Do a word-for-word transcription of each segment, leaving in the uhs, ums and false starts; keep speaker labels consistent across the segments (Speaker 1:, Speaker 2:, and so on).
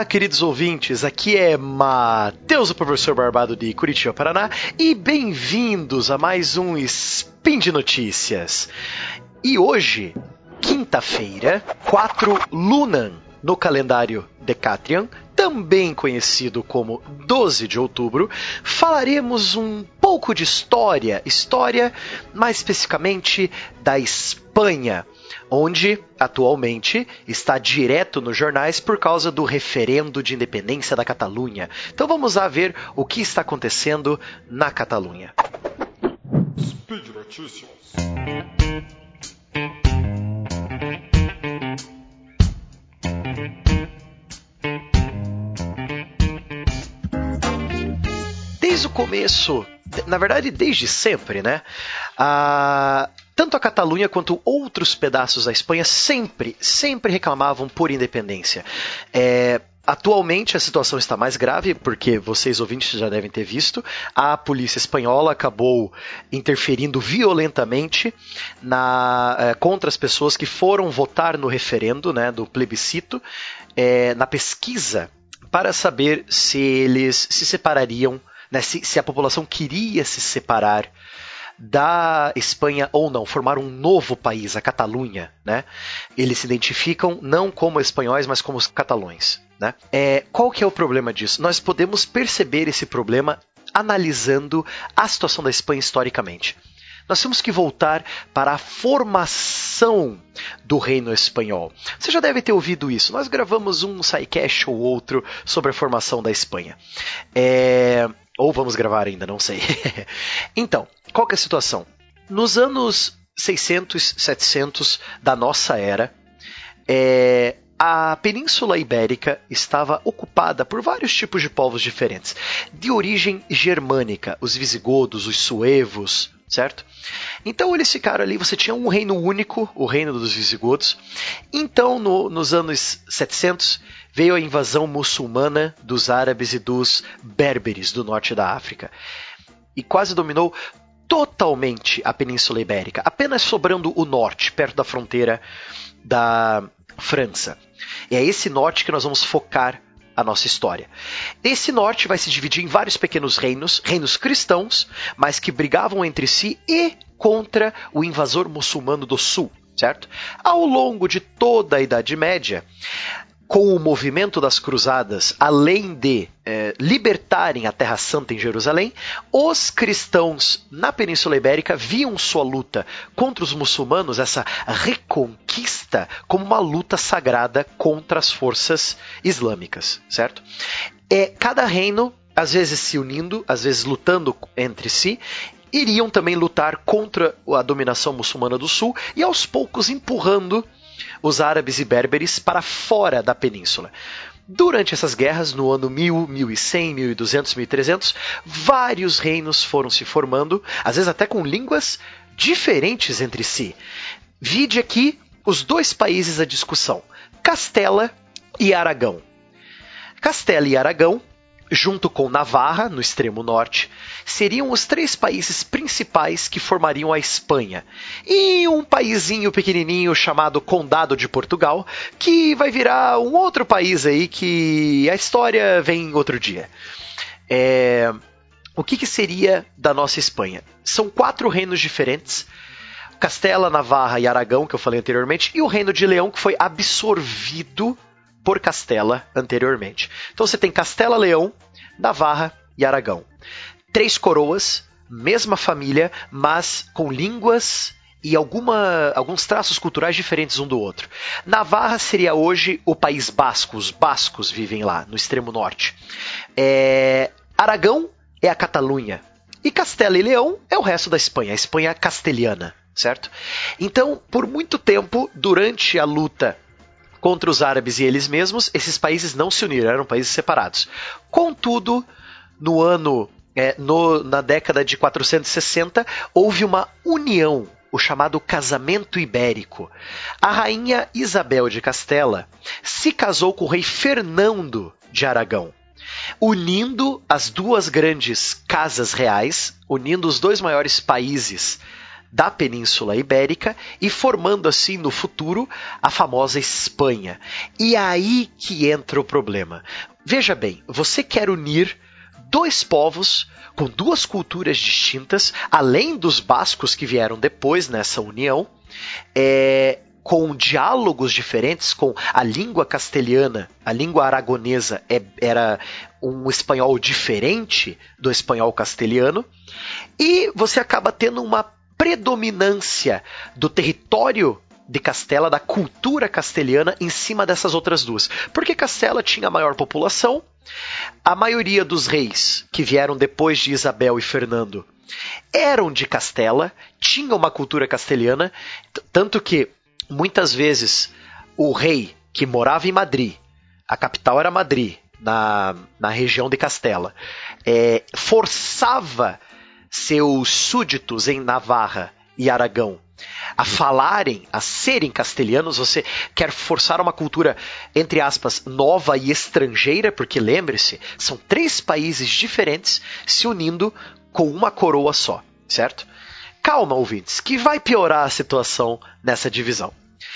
Speaker 1: queridos ouvintes, aqui é Matheus, o professor Barbado de Curitiba, Paraná, e bem-vindos a mais um Spin de Notícias. E hoje, quinta-feira, quatro Lunan, no calendário Decatrian, também conhecido como doze de outubro, falaremos um pouco de história, história mais especificamente da Espanha, onde atualmente está direto nos jornais por causa do referendo de independência da Catalunha. Então vamos lá ver o que está acontecendo na Catalunha.
Speaker 2: Speed Notícias.
Speaker 1: Desde o começo, na verdade desde sempre, né? A... Tanto a Catalunha quanto outros pedaços da Espanha sempre, sempre reclamavam por independência. É, atualmente a situação está mais grave, porque vocês ouvintes já devem ter visto, a polícia espanhola acabou interferindo violentamente na, é, contra as pessoas que foram votar no referendo, né, do plebiscito, é, na pesquisa, para saber se eles se separariam, né, se, se a população queria se separar da Espanha ou não, formar um novo país, a Catalunha, né? Eles se identificam não como espanhóis, mas como os catalões, né? É, qual que é o problema disso? Nós podemos perceber esse problema analisando a situação da Espanha historicamente. Nós temos que voltar para a formação do reino espanhol. Você já deve ter ouvido isso. Nós gravamos um sidecast ou outro sobre a formação da Espanha. É... Ou vamos gravar ainda, não sei. Então, qual que é a situação? Nos anos seiscentos, setecentos da nossa era, é, a Península Ibérica estava ocupada por vários tipos de povos diferentes, de origem germânica, os visigodos, os suevos, certo? Então eles ficaram ali, você tinha um reino único, o reino dos visigodos. Então, no, nos anos setecentos, veio a invasão muçulmana dos árabes e dos berberes do norte da África. E quase dominou totalmente a Península Ibérica, apenas sobrando o norte, perto da fronteira da França. E é esse norte que nós vamos focar a nossa história. Esse norte vai se dividir em vários pequenos reinos, reinos cristãos, mas que brigavam entre si e contra o invasor muçulmano do sul, certo? Ao longo de toda a Idade Média, com o movimento das cruzadas, além de é, libertarem a Terra Santa em Jerusalém, os cristãos na Península Ibérica viam sua luta contra os muçulmanos, essa reconquista, como uma luta sagrada contra as forças islâmicas, certo? É, cada reino, às vezes se unindo, às vezes lutando entre si, iriam também lutar contra a dominação muçulmana do sul e aos poucos empurrando os árabes e berberes para fora da península. Durante essas guerras, no ano mil, mil e cem, mil e duzentos, mil e trezentos, vários reinos foram se formando, às vezes até com línguas diferentes entre si. Vide aqui os dois países à discussão, Castela e Aragão. Castela e Aragão, junto com Navarra, no extremo norte, seriam os três países principais que formariam a Espanha. E um paizinho pequenininho chamado Condado de Portugal, que vai virar um outro país aí que a história vem outro dia. É... O que, que seria da nossa Espanha? São quatro reinos diferentes, Castela, Navarra e Aragão, que eu falei anteriormente, e o Reino de Leão, que foi absorvido por Castela anteriormente. Então você tem Castela, Leão, Navarra e Aragão. Três coroas, mesma família, mas com línguas e alguma, alguns traços culturais diferentes um do outro. Navarra seria hoje o País Basco, os bascos vivem lá, no extremo norte. É... Aragão é a Catalunha. E Castela e Leão é o resto da Espanha, a Espanha castelhana, certo? Então, por muito tempo, durante a luta contra os árabes e eles mesmos, esses países não se uniram, eram países separados. Contudo, no ano, é, no, na década de quatrocentos e sessenta, houve uma união, o chamado casamento ibérico. A rainha Isabel de Castela se casou com o rei Fernando de Aragão, unindo as duas grandes casas reais, unindo os dois maiores países da Península Ibérica e formando assim no futuro a famosa Espanha. E aí que entra o problema. Veja bem, você quer unir dois povos com duas culturas distintas, além dos bascos que vieram depois nessa união, é, com diálogos diferentes, com a língua castelhana, a língua aragonesa é, era um espanhol diferente do espanhol castelhano, e você acaba tendo uma predominância do território de Castela, da cultura castelhana, em cima dessas outras duas. Porque Castela tinha a maior população, a maioria dos reis que vieram depois de Isabel e Fernando eram de Castela, tinham uma cultura castelhana, tanto que muitas vezes o rei que morava em Madrid, a capital era Madrid, na, na região de Castela, é, forçava seus súditos em Navarra e Aragão a falarem, a serem castelhanos. Você quer forçar uma cultura, entre aspas, nova e estrangeira, porque lembre-se, são três países diferentes se unindo com uma coroa só, certo? Calma, ouvintes, que vai piorar a situação nessa divisão.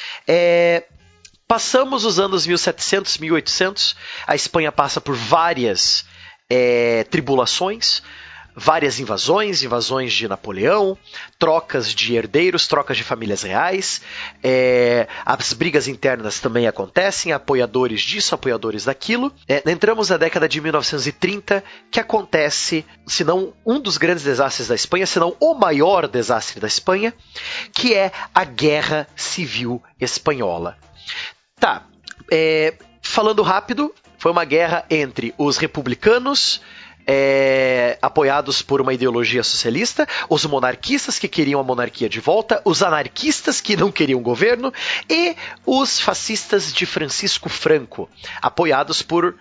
Speaker 1: É, passamos os anos mil e setecentos, mil e oitocentos, a Espanha passa por várias é, tribulações, várias invasões, invasões de Napoleão, trocas de herdeiros, trocas de famílias reais, é, as brigas internas também acontecem, apoiadores disso, apoiadores daquilo. É, entramos na década de mil novecentos e trinta, que acontece, se não um dos grandes desastres da Espanha, se não o maior desastre da Espanha, que é a Guerra Civil Espanhola. Tá, é, falando rápido, foi uma guerra entre os republicanos, É, apoiados por uma ideologia socialista, os monarquistas que queriam a monarquia de volta, os anarquistas que não queriam governo e os fascistas de Francisco Franco, apoiados por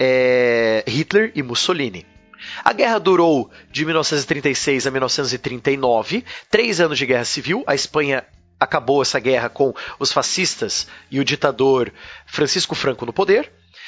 Speaker 1: é, Hitler e Mussolini. A guerra durou de mil novecentos e trinta e seis a mil novecentos e trinta e nove, três anos de guerra civil. A Espanha acabou essa guerra com os fascistas e o ditador Francisco Franco no poder,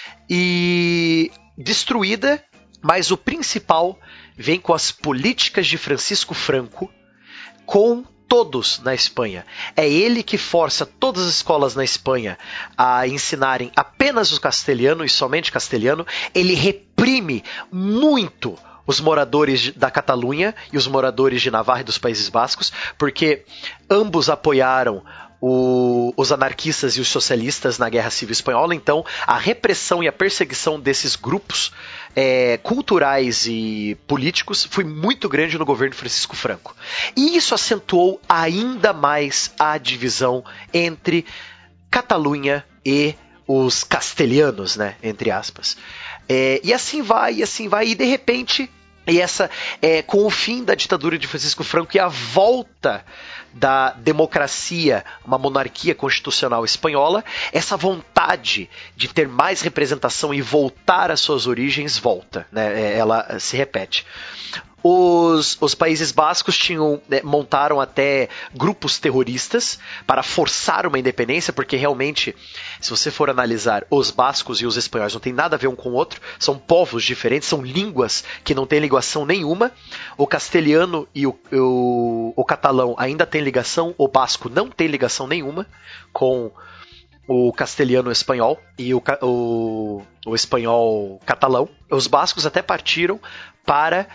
Speaker 1: e destruída. Mas o principal vem com as políticas de Francisco Franco com todos na Espanha. É ele que força todas as escolas na Espanha a ensinarem apenas o castelhano e somente castelhano. Ele reprime muito os moradores da Catalunha e os moradores de Navarra e dos Países Bascos, porque ambos apoiaram O, os anarquistas e os socialistas na Guerra Civil Espanhola. Então a repressão e a perseguição desses grupos é, culturais e políticos foi muito grande no governo de Francisco Franco. E isso acentuou ainda mais a divisão entre Catalunha e os castelhanos, né, entre aspas. É, e assim vai, e assim vai, e de repente, e essa, é, com o fim da ditadura de Francisco Franco e a volta da democracia, uma monarquia constitucional espanhola, essa vontade de ter mais representação e voltar às suas origens volta, né? Ela se repete. Os, os Países Bascos tinham, né, montaram até grupos terroristas para forçar uma independência, porque realmente, se você for analisar, os bascos e os espanhóis não têm nada a ver um com o outro, são povos diferentes, são línguas que não têm ligação nenhuma. O castelhano e o, o, o catalão ainda têm ligação, o basco não tem ligação nenhuma com o castelhano espanhol e o, o, o espanhol catalão. Os bascos até partiram para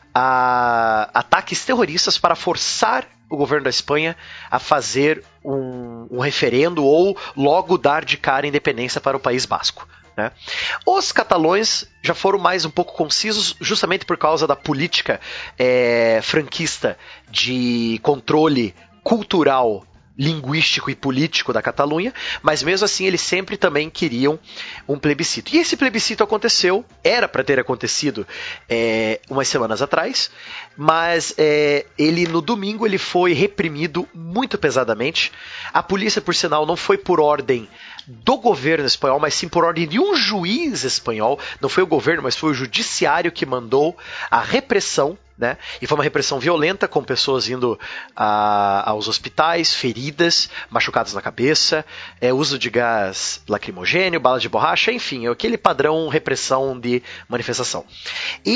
Speaker 1: a ataques terroristas para forçar o governo da Espanha a fazer um, um referendo ou logo dar de cara a independência para o País Basco, né? Os catalões já foram mais um pouco concisos, justamente por causa da política é, franquista de controle cultural, linguístico e político da Catalunha, mas mesmo assim eles sempre também queriam um plebiscito. E esse plebiscito aconteceu, era para ter acontecido é, umas semanas atrás, mas é, ele no domingo ele foi reprimido muito pesadamente. A polícia, por sinal, não foi por ordem do governo espanhol, mas sim por ordem de um juiz espanhol. Não foi o governo, mas foi o judiciário que mandou a repressão, né? E foi uma repressão violenta, com pessoas indo a, aos hospitais, feridas, machucadas na cabeça, é, uso de gás lacrimogênio, bala de borracha, enfim, aquele padrão repressão de manifestação. E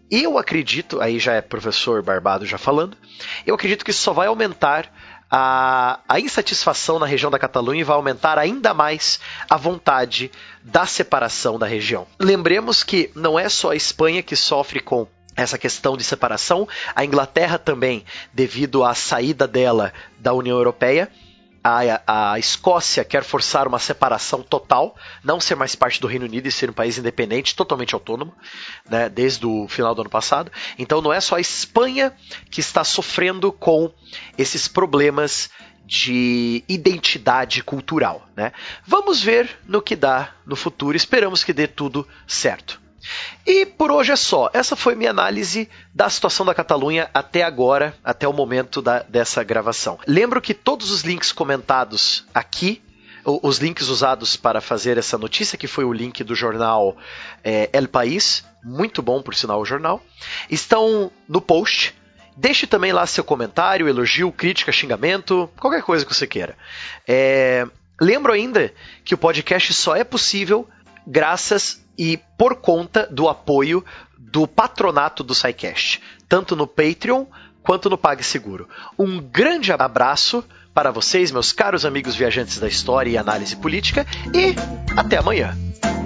Speaker 1: eu acredito, aí já é professor Barbado já falando, eu acredito que isso só vai aumentar a, a insatisfação na região da Catalunha e vai aumentar ainda mais a vontade da separação da região. Lembremos que não é só a Espanha que sofre com essa questão de separação, a Inglaterra também, devido à saída dela da União Europeia. A, a Escócia quer forçar uma separação total, não ser mais parte do Reino Unido e ser um país independente, totalmente autônomo, né, desde o final do ano passado. Então não é só a Espanha que está sofrendo com esses problemas de identidade cultural, né? Vamos ver no que dá no futuro, esperamos que dê tudo certo. E por hoje é só. Essa foi minha análise da situação da Catalunha até agora, até o momento da, dessa gravação. Lembro que todos os links comentados aqui, os links usados para fazer essa notícia, que foi o link do jornal é, El País, muito bom por sinal o jornal, estão no post. Deixe também lá seu comentário, elogio, crítica, xingamento, qualquer coisa que você queira. É, lembro ainda que o podcast só é possível graças e por conta do apoio do patronato do SciCast, tanto no Patreon quanto no PagSeguro. Um grande abraço para vocês, meus caros amigos viajantes da história e análise política, e até amanhã!